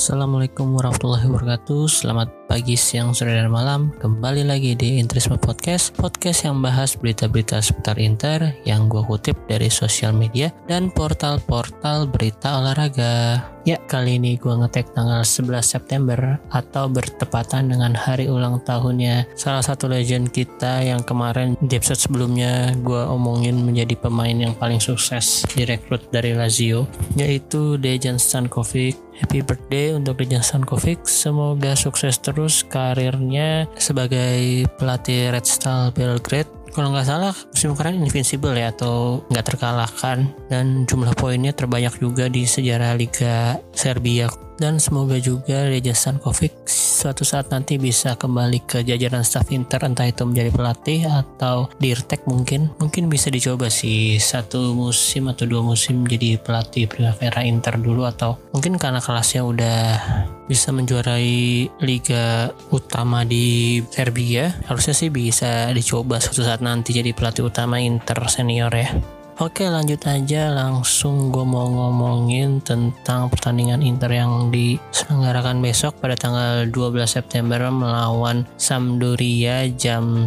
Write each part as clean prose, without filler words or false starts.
Assalamualaikum warahmatullahi wabarakatuh. Selamat pagi, siang, sore, dan malam. Kembali lagi di Interisme Podcast yang bahas berita-berita seputar Inter yang gue kutip dari sosial media dan portal-portal berita olahraga. Ya, kali ini gue ngetek tanggal 11 September atau bertepatan dengan hari ulang tahunnya salah satu legend kita yang kemarin di episode sebelumnya gue omongin menjadi pemain yang paling sukses direkrut dari Lazio, yaitu Dejan Stankovic. Happy birthday untuk Dejan Stankovic. Semoga sukses terus karirnya sebagai pelatih Red Star Belgrade. Kalau nggak salah musim kemarin invincible ya, atau nggak terkalahkan, dan jumlah poinnya terbanyak juga di sejarah Liga Serbia. Dan semoga juga Dejan Stankovic suatu saat nanti bisa kembali ke jajaran staf Inter, entah itu menjadi pelatih atau dirtek. Mungkin bisa dicoba sih 1 musim atau 2 musim jadi pelatih Primavera Inter dulu, atau mungkin karena kelasnya udah bisa menjuarai liga utama di Serbia, harusnya sih bisa dicoba suatu saat nanti jadi pelatih utama Inter senior ya. Oke, lanjut aja, langsung gue mau ngomongin tentang pertandingan Inter yang diselenggarakan besok pada tanggal 12 September melawan Sampdoria jam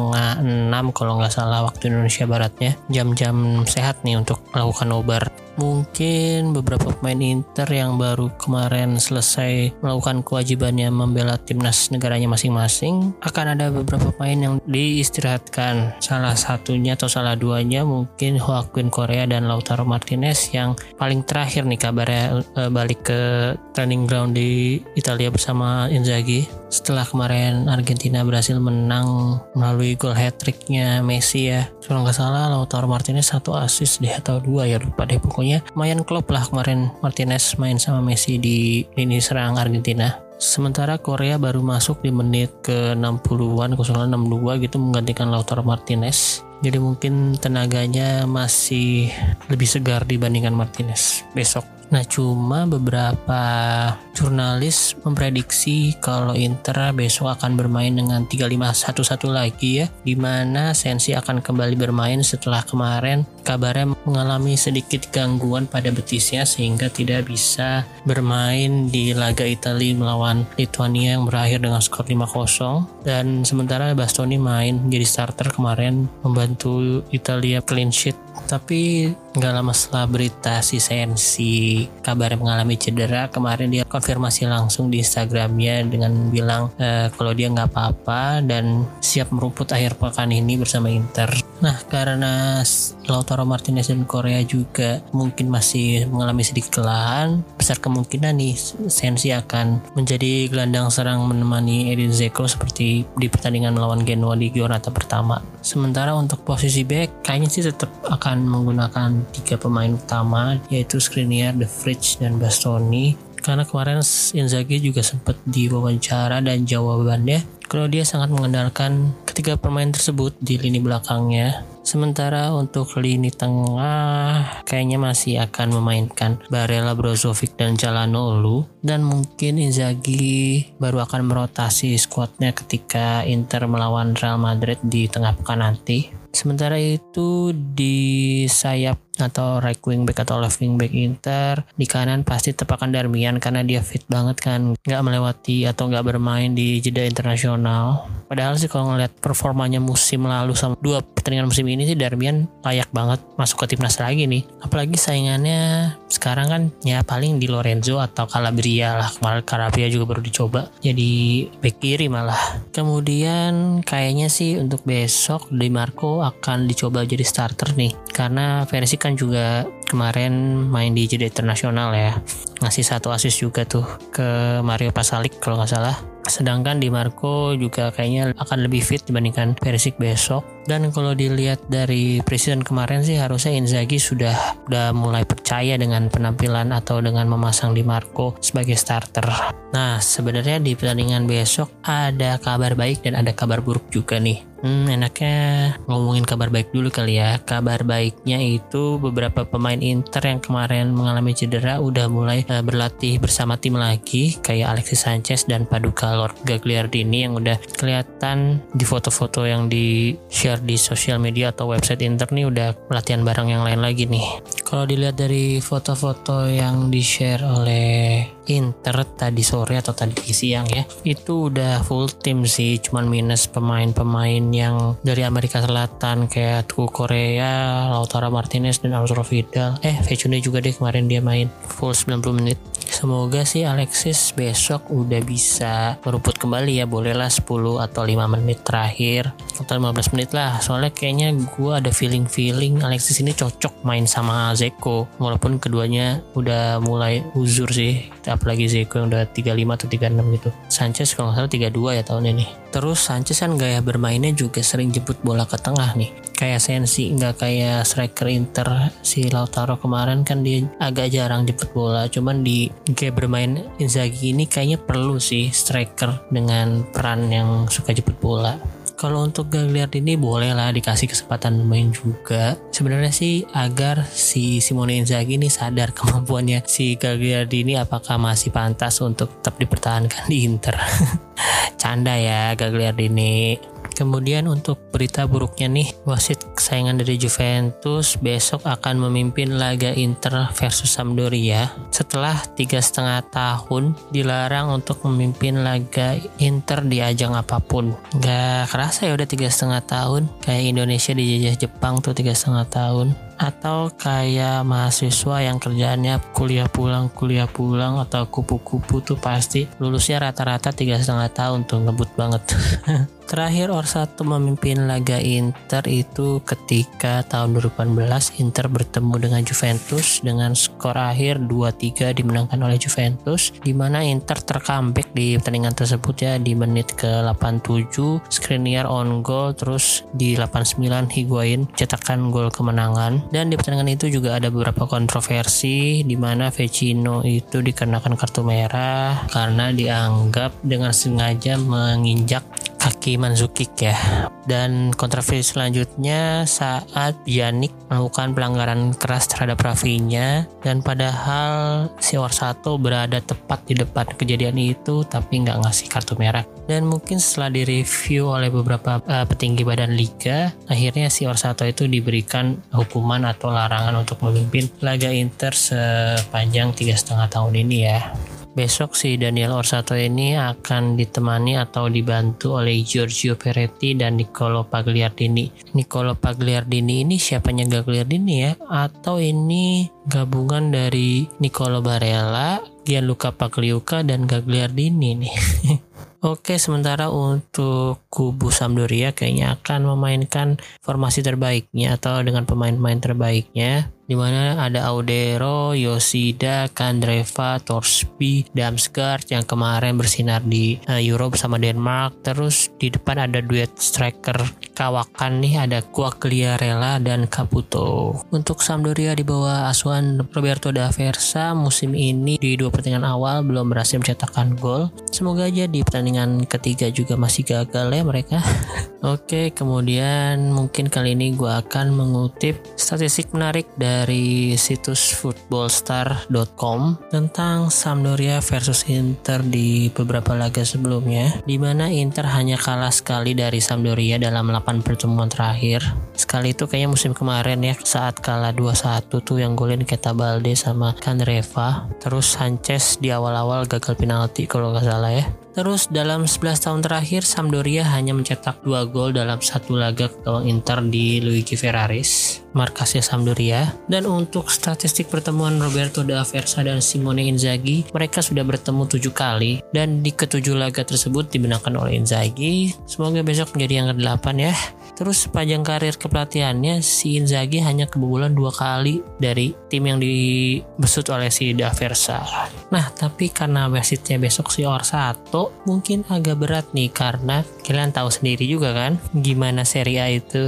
5:30 kalau nggak salah waktu Indonesia Baratnya. Jam-jam sehat nih untuk melakukan nobar. Mungkin beberapa pemain Inter yang baru kemarin selesai melakukan kewajibannya membela timnas negaranya masing-masing, akan ada beberapa pemain yang diistirahatkan. Salah satunya atau salah duanya mungkin Joaquin Correa dan Lautaro Martinez yang paling terakhir nih kabarnya balik ke training ground di Italia bersama Inzaghi setelah kemarin Argentina berhasil menang melalui gol hat-tricknya Messi ya. Kalau nggak salah Lautaro Martinez 1 assist deh atau 2 ya, lupa deh. Pokoknya lumayan klop lah kemarin Martinez main sama Messi di lini serang Argentina. Sementara Korea baru masuk di menit ke 60-an, 062 gitu, menggantikan Lautaro Martinez. Jadi mungkin tenaganya masih lebih segar dibandingkan Martinez besok. Nah, cuma beberapa jurnalis memprediksi kalau Inter besok akan bermain dengan 3-5-1-1 lagi ya, dimana Sensi akan kembali bermain setelah kemarin kabarnya mengalami sedikit gangguan pada betisnya sehingga tidak bisa bermain di laga Italia melawan Lituania yang berakhir dengan skor 5-0. Dan sementara Bastoni main jadi starter kemarin membantu Italia clean sheet. Tapi nggak lama setelah berita si Sensi kabarnya mengalami cedera, kemarin dia konfirmasi langsung di Instagramnya dengan bilang kalau dia nggak apa-apa dan siap merumput akhir pekan ini bersama Inter. Nah, karena Lautaro Martinez dan Korea juga mungkin masih mengalami sedikit kelelahan, besar kemungkinan nih Sensi akan menjadi gelandang serang menemani Edin Dzeko seperti di pertandingan melawan Genoa di Giornata pertama. Sementara untuk posisi back kayaknya sih tetap akan menggunakan 3 pemain utama, yaitu Skriniar, De Vrij, dan Bastoni. Karena kemarin Inzaghi juga sempat diwawancara dan jawabannya kalau dia sangat mengandalkan ketiga pemain tersebut di lini belakangnya. Sementara untuk lini tengah kayaknya masih akan memainkan Barella, Brozovic, dan Calhanoglu, dan mungkin Inzaghi baru akan merotasi skuadnya ketika Inter melawan Real Madrid di tengah pekan nanti. Sementara itu di sayap atau right wing back atau left wing back Inter, di kanan pasti tepakan Darmian karena dia fit banget kan, nggak melewati atau nggak bermain di jeda internasional. Padahal sih kalau ngeliat performanya musim lalu sama 2 pertandingan musim ini sih Darmian layak banget masuk ke timnas lagi nih. Apalagi saingannya sekarang kan ya paling Di Lorenzo atau Calabria lah. Kemarin Calabria juga baru dicoba jadi back kiri malah. Kemudian kayaknya sih untuk besok Di Marco akan dicoba jadi starter nih, karena Perisic kan juga kemarin main di jeda internasional ya, ngasih 1 assist juga tuh ke Mario Pasalic kalau nggak salah. Sedangkan Di Marco juga kayaknya akan lebih fit dibandingkan Perisic besok. Dan kalau dilihat dari preseason kemarin sih harusnya Inzaghi sudah mulai percaya dengan penampilan atau dengan memasang Di Marco sebagai starter. Nah, sebenarnya di pertandingan besok ada kabar baik dan ada kabar buruk juga nih. Enaknya ngomongin kabar baik dulu kali ya. Kabar baiknya itu beberapa pemain Inter yang kemarin mengalami cedera udah mulai berlatih bersama tim lagi, kayak Alexis Sanchez dan Paduka Lord Gagliardini yang udah kelihatan di foto-foto yang di share di sosial media atau website Inter nih udah latihan bareng yang lain lagi nih. Kalau dilihat dari foto-foto yang di share oleh Inter tadi sore atau tadi siang ya, itu udah full tim sih, cuman minus pemain-pemain yang dari Amerika Selatan kayak Tuku Korea, Lautaro Martinez dan Arturo Vidal. Vecune juga deh kemarin dia main full 90 menit. Semoga sih Alexis besok udah bisa merumput kembali ya, bolehlah 10 atau 5 menit terakhir atau 15 menit lah, soalnya kayaknya gue ada feeling Alexis ini cocok main sama Zeko, walaupun keduanya udah mulai uzur sih, apalagi Zeko yang udah 35 atau 36 gitu. Sanchez kalau nggak salah 32 ya tahun ini. Terus Sanchez kan gaya bermainnya juga sering jemput bola ke tengah nih, kayak Sensi, nggak kayak striker Inter si Lautaro kemarin kan dia agak jarang jemput bola. Cuman di gaya bermain Inzaghi ini kayaknya perlu sih striker dengan peran yang suka jemput bola. Kalau untuk Gagliardini boleh lah dikasih kesempatan bermain juga. Sebenarnya sih agar si Simone Inzaghi ini sadar kemampuannya si Gagliardini apakah masih pantas untuk tetap dipertahankan di Inter. Canda ya Gagliardini. Kemudian untuk berita buruknya nih, wasit kesayangan dari Juventus besok akan memimpin laga Inter versus Sampdoria setelah 3,5 tahun dilarang untuk memimpin laga Inter di ajang apapun. Gak kerasa ya udah 3,5 tahun, kayak Indonesia dijajah Jepang tuh 3,5 tahun. Atau kayak mahasiswa yang kerjaannya kuliah pulang atau kupu-kupu tuh pasti lulusnya rata-rata 3,5 tahun tuh, ngebut banget. Terakhir Orsatto memimpin laga Inter itu ketika tahun 2018 Inter bertemu dengan Juventus dengan skor akhir 2-3 dimenangkan oleh Juventus, di mana Inter tercomeback di pertandingan tersebut ya di menit ke-87 Skriniar on goal, terus di 89 Higuain cetakkan gol kemenangan. Dan di pertandingan itu juga ada beberapa kontroversi, di mana Vecino itu dikenakan kartu merah karena dianggap dengan sengaja menginjak kaki Mandzukic ya. Dan kontroversi selanjutnya saat Pjanic melakukan pelanggaran keras terhadap Rafinha, dan padahal si Orsatto berada tepat di depan kejadian itu tapi nggak ngasih kartu merah. Dan mungkin setelah direview oleh beberapa petinggi badan liga, akhirnya si Orsatto itu diberikan hukuman atau larangan untuk memimpin laga Inter sepanjang 3,5 tahun ini ya. Besok si Daniel Orsatto ini akan ditemani atau dibantu oleh Giorgio Peretti dan Niccolò Pagliardini. Niccolò Pagliardini ini siapanya Gagliardini ya? Atau ini gabungan dari Niccolò Barella, Gianluca Pagliuca dan Gagliardini nih. Oke, sementara untuk kubu Sampdoria kayaknya akan memainkan formasi terbaiknya atau dengan pemain-pemain terbaiknya, di mana ada Audero, Yoshida, Candreva, Torsby, Damsgaard yang kemarin bersinar di Euro bersama Denmark. Terus di depan ada duet striker kawakan nih, ada Quagliarella dan Caputo. Untuk Sampdoria di bawah asuhan Roberto da Versa musim ini di 2 pertandingan awal belum berhasil mencetakkan gol. Semoga aja di pertandingan ketiga juga masih gagal ya mereka. Oke, kemudian mungkin kali ini gue akan mengutip statistik menarik dari situs footballstar.com tentang Sampdoria versus Inter di beberapa laga sebelumnya, di mana Inter hanya kalah sekali dari Sampdoria dalam 8 pertemuan terakhir. Sekali itu kayaknya musim kemarin ya, saat kalah 2-1 tuh yang golin Keita Balde sama Candreva. Terus Sanchez di awal-awal gagal penalti kalau nggak salah ya. Terus dalam 11 tahun terakhir Sampdoria hanya mencetak 2 gol dalam 1 laga ke gawang Inter di Luigi Ferraris, markasnya Sampdoria. Dan untuk statistik pertemuan Roberto da Versa dan Simone Inzaghi, mereka sudah bertemu 7 kali dan di ke-7 laga tersebut dimenangkan oleh Inzaghi. Semoga besok menjadi yang ke-8 ya. Terus sepanjang karir kepelatihannya si Inzaghi hanya kebobolan 2 kali dari tim yang dibesut oleh si da Versa. Nah, tapi karena wasitnya besok si Orsatto mungkin agak berat nih, karena kalian tahu sendiri juga kan gimana Serie A itu.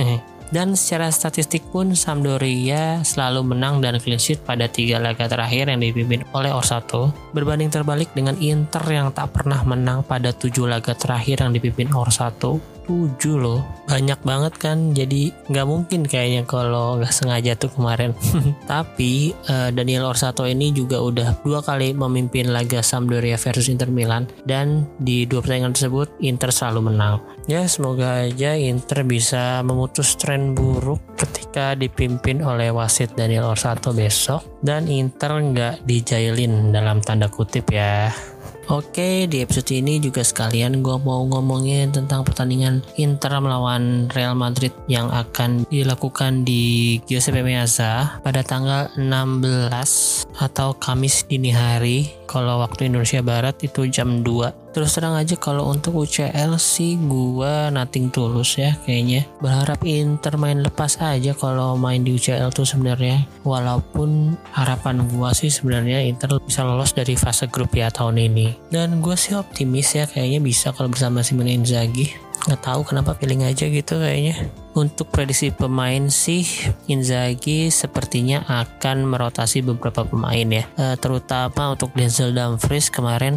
Dan secara statistik pun Sampdoria selalu menang dan clean sheet pada 3 laga terakhir yang dipimpin oleh Orsatto, berbanding terbalik dengan Inter yang tak pernah menang pada 7 laga terakhir yang dipimpin Orsatto. 7 loh, banyak banget kan, jadi nggak mungkin kayaknya kalau nggak sengaja tuh kemarin. Tapi Daniel Orsato ini juga udah 2 kali memimpin laga Sampdoria versus Inter Milan, dan di 2 pertandingan tersebut Inter selalu menang. Ya semoga aja Inter bisa memutus tren buruk ketika dipimpin oleh wasit Daniel Orsato besok, dan Inter nggak dijailin dalam tanda kutip ya. Oke, di episode ini juga sekalian gue mau ngomongin tentang pertandingan Inter melawan Real Madrid yang akan dilakukan di Giuseppe Meazza pada tanggal 16 atau Kamis dini hari. Kalau waktu Indonesia Barat itu jam 2. Terus terang aja kalau untuk UCL sih gue nothing tulus ya kayaknya. Berharap Inter main lepas aja kalau main di UCL tuh sebenarnya. Walaupun harapan gue sih sebenarnya Inter bisa lolos dari fase grup ya tahun ini. Dan gue sih optimis ya kayaknya bisa kalau bersama Simone Inzaghi. Nggak tahu kenapa feeling aja gitu kayaknya. Untuk prediksi pemain sih Inzaghi sepertinya akan merotasi beberapa pemain ya, terutama untuk Denzel Dumfries kemarin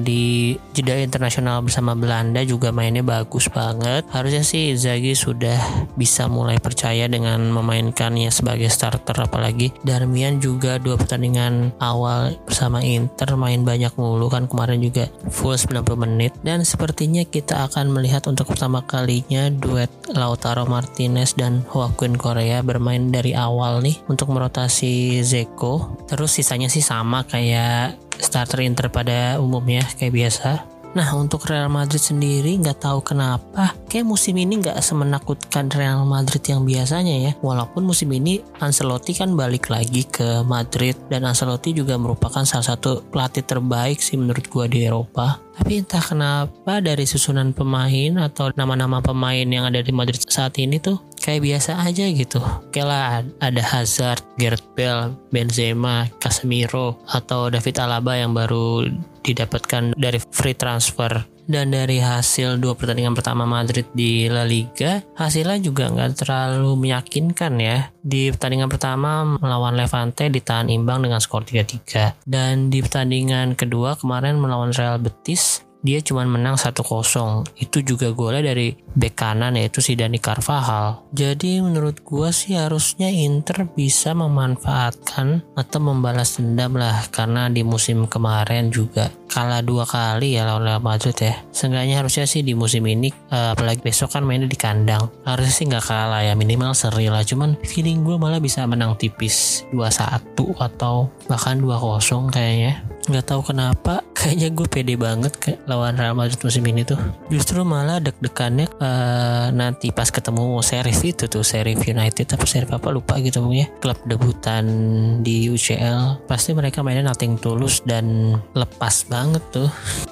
di jeda internasional bersama Belanda juga mainnya bagus banget. Harusnya sih Inzaghi sudah bisa mulai percaya dengan memainkannya sebagai starter, apalagi Darmian juga 2 pertandingan awal bersama Inter main banyak mulu kan, kemarin juga full 90 menit. Dan sepertinya kita akan melihat untuk pertama kalinya duet Lautaro Martinez dan Joaquin Correa bermain dari awal nih untuk merotasi Dzeko. Terus sisanya sih sama kayak starter Inter pada umumnya kayak biasa. Nah untuk Real Madrid sendiri nggak tahu kenapa kayak musim ini nggak semenakutkan Real Madrid yang biasanya ya. Walaupun musim ini Ancelotti kan balik lagi ke Madrid, dan Ancelotti juga merupakan salah satu pelatih terbaik sih menurut gua di Eropa. Tapi entah kenapa dari susunan pemain atau nama-nama pemain yang ada di Madrid saat ini tuh kayak biasa aja gitu. Kayak lah ada Hazard, Gareth Bale, Benzema, Casemiro, atau David Alaba yang baru didapatkan dari free transfer. Dan dari hasil 2 pertandingan pertama Madrid di La Liga, hasilnya juga nggak terlalu meyakinkan ya. Di pertandingan pertama melawan Levante ditahan imbang dengan skor 3-3. Dan di pertandingan kedua kemarin melawan Real Betis, dia cuma menang 1-0. Itu juga golnya dari bek kanan yaitu si Dani Carvajal. Jadi menurut gua sih harusnya Inter bisa memanfaatkan atau membalas dendam lah, karena di musim kemarin juga kalah 2 kali ya lawan Real Madrid ya. Seenggaknya harusnya sih di musim ini apalagi besok kan mainnya di kandang, harusnya sih nggak kalah ya, minimal seri lah. Cuman feeling gue malah bisa menang tipis 2-1 atau bahkan 2-0 kayaknya. Nggak tahu kenapa kayaknya gue pede banget lawan Real Madrid musim ini tuh. Justru malah deg-degannya nanti pas ketemu Sheriff itu tuh, Sheriff United apa Sheriff apa lupa gitu pokoknya, klub debutan di UCL. Pasti mereka mainnya nothing tulus dan lepas banget tuh.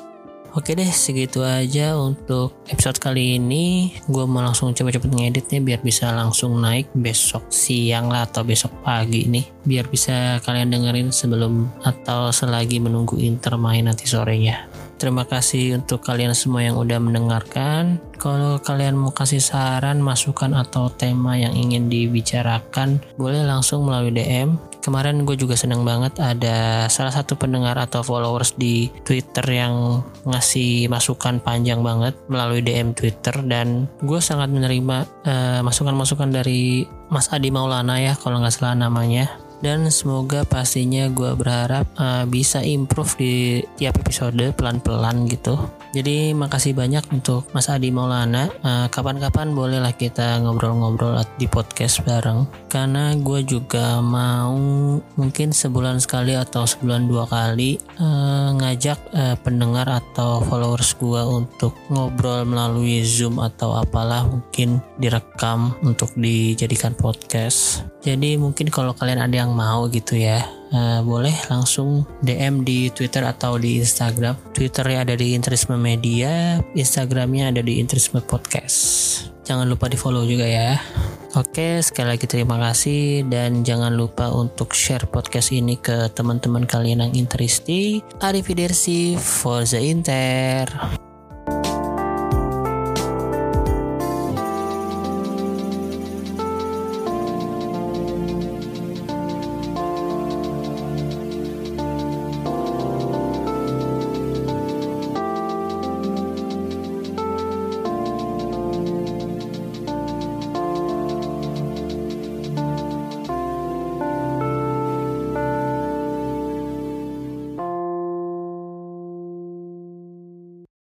Oke deh, segitu aja untuk episode kali ini. Gue mau langsung cepet-cepet ngeditnya biar bisa langsung naik besok siang lah atau besok pagi nih, biar bisa kalian dengerin sebelum atau selagi menunggu Inter main nanti sorenya. Terima kasih untuk kalian semua yang udah mendengarkan. Kalau kalian mau kasih saran, masukan, atau tema yang ingin dibicarakan, boleh langsung melalui DM. Kemarin gue juga senang banget ada salah satu pendengar atau followers di Twitter yang ngasih masukan panjang banget melalui DM Twitter, dan gue sangat menerima masukan-masukan dari Mas Adi Maulana ya kalau nggak salah namanya. Dan semoga pastinya gue berharap bisa improve di tiap episode pelan-pelan gitu. Jadi makasih banyak untuk Mas Adi Maulana. Kapan-kapan bolehlah kita ngobrol-ngobrol di podcast bareng, karena gue juga mau mungkin sebulan sekali atau sebulan 2 kali ngajak pendengar atau followers gue untuk ngobrol melalui Zoom atau apalah, mungkin direkam untuk dijadikan podcast. Jadi mungkin kalau kalian ada yang mau gitu ya, boleh langsung DM di Twitter atau di Instagram. Twitternya ada di Interisme Media, Instagramnya ada di Interisme Podcast. Jangan lupa di follow juga ya. Oke, sekali lagi terima kasih, dan jangan lupa untuk share podcast ini ke teman-teman kalian yang Interisti. Arrivederci, Forza Inter.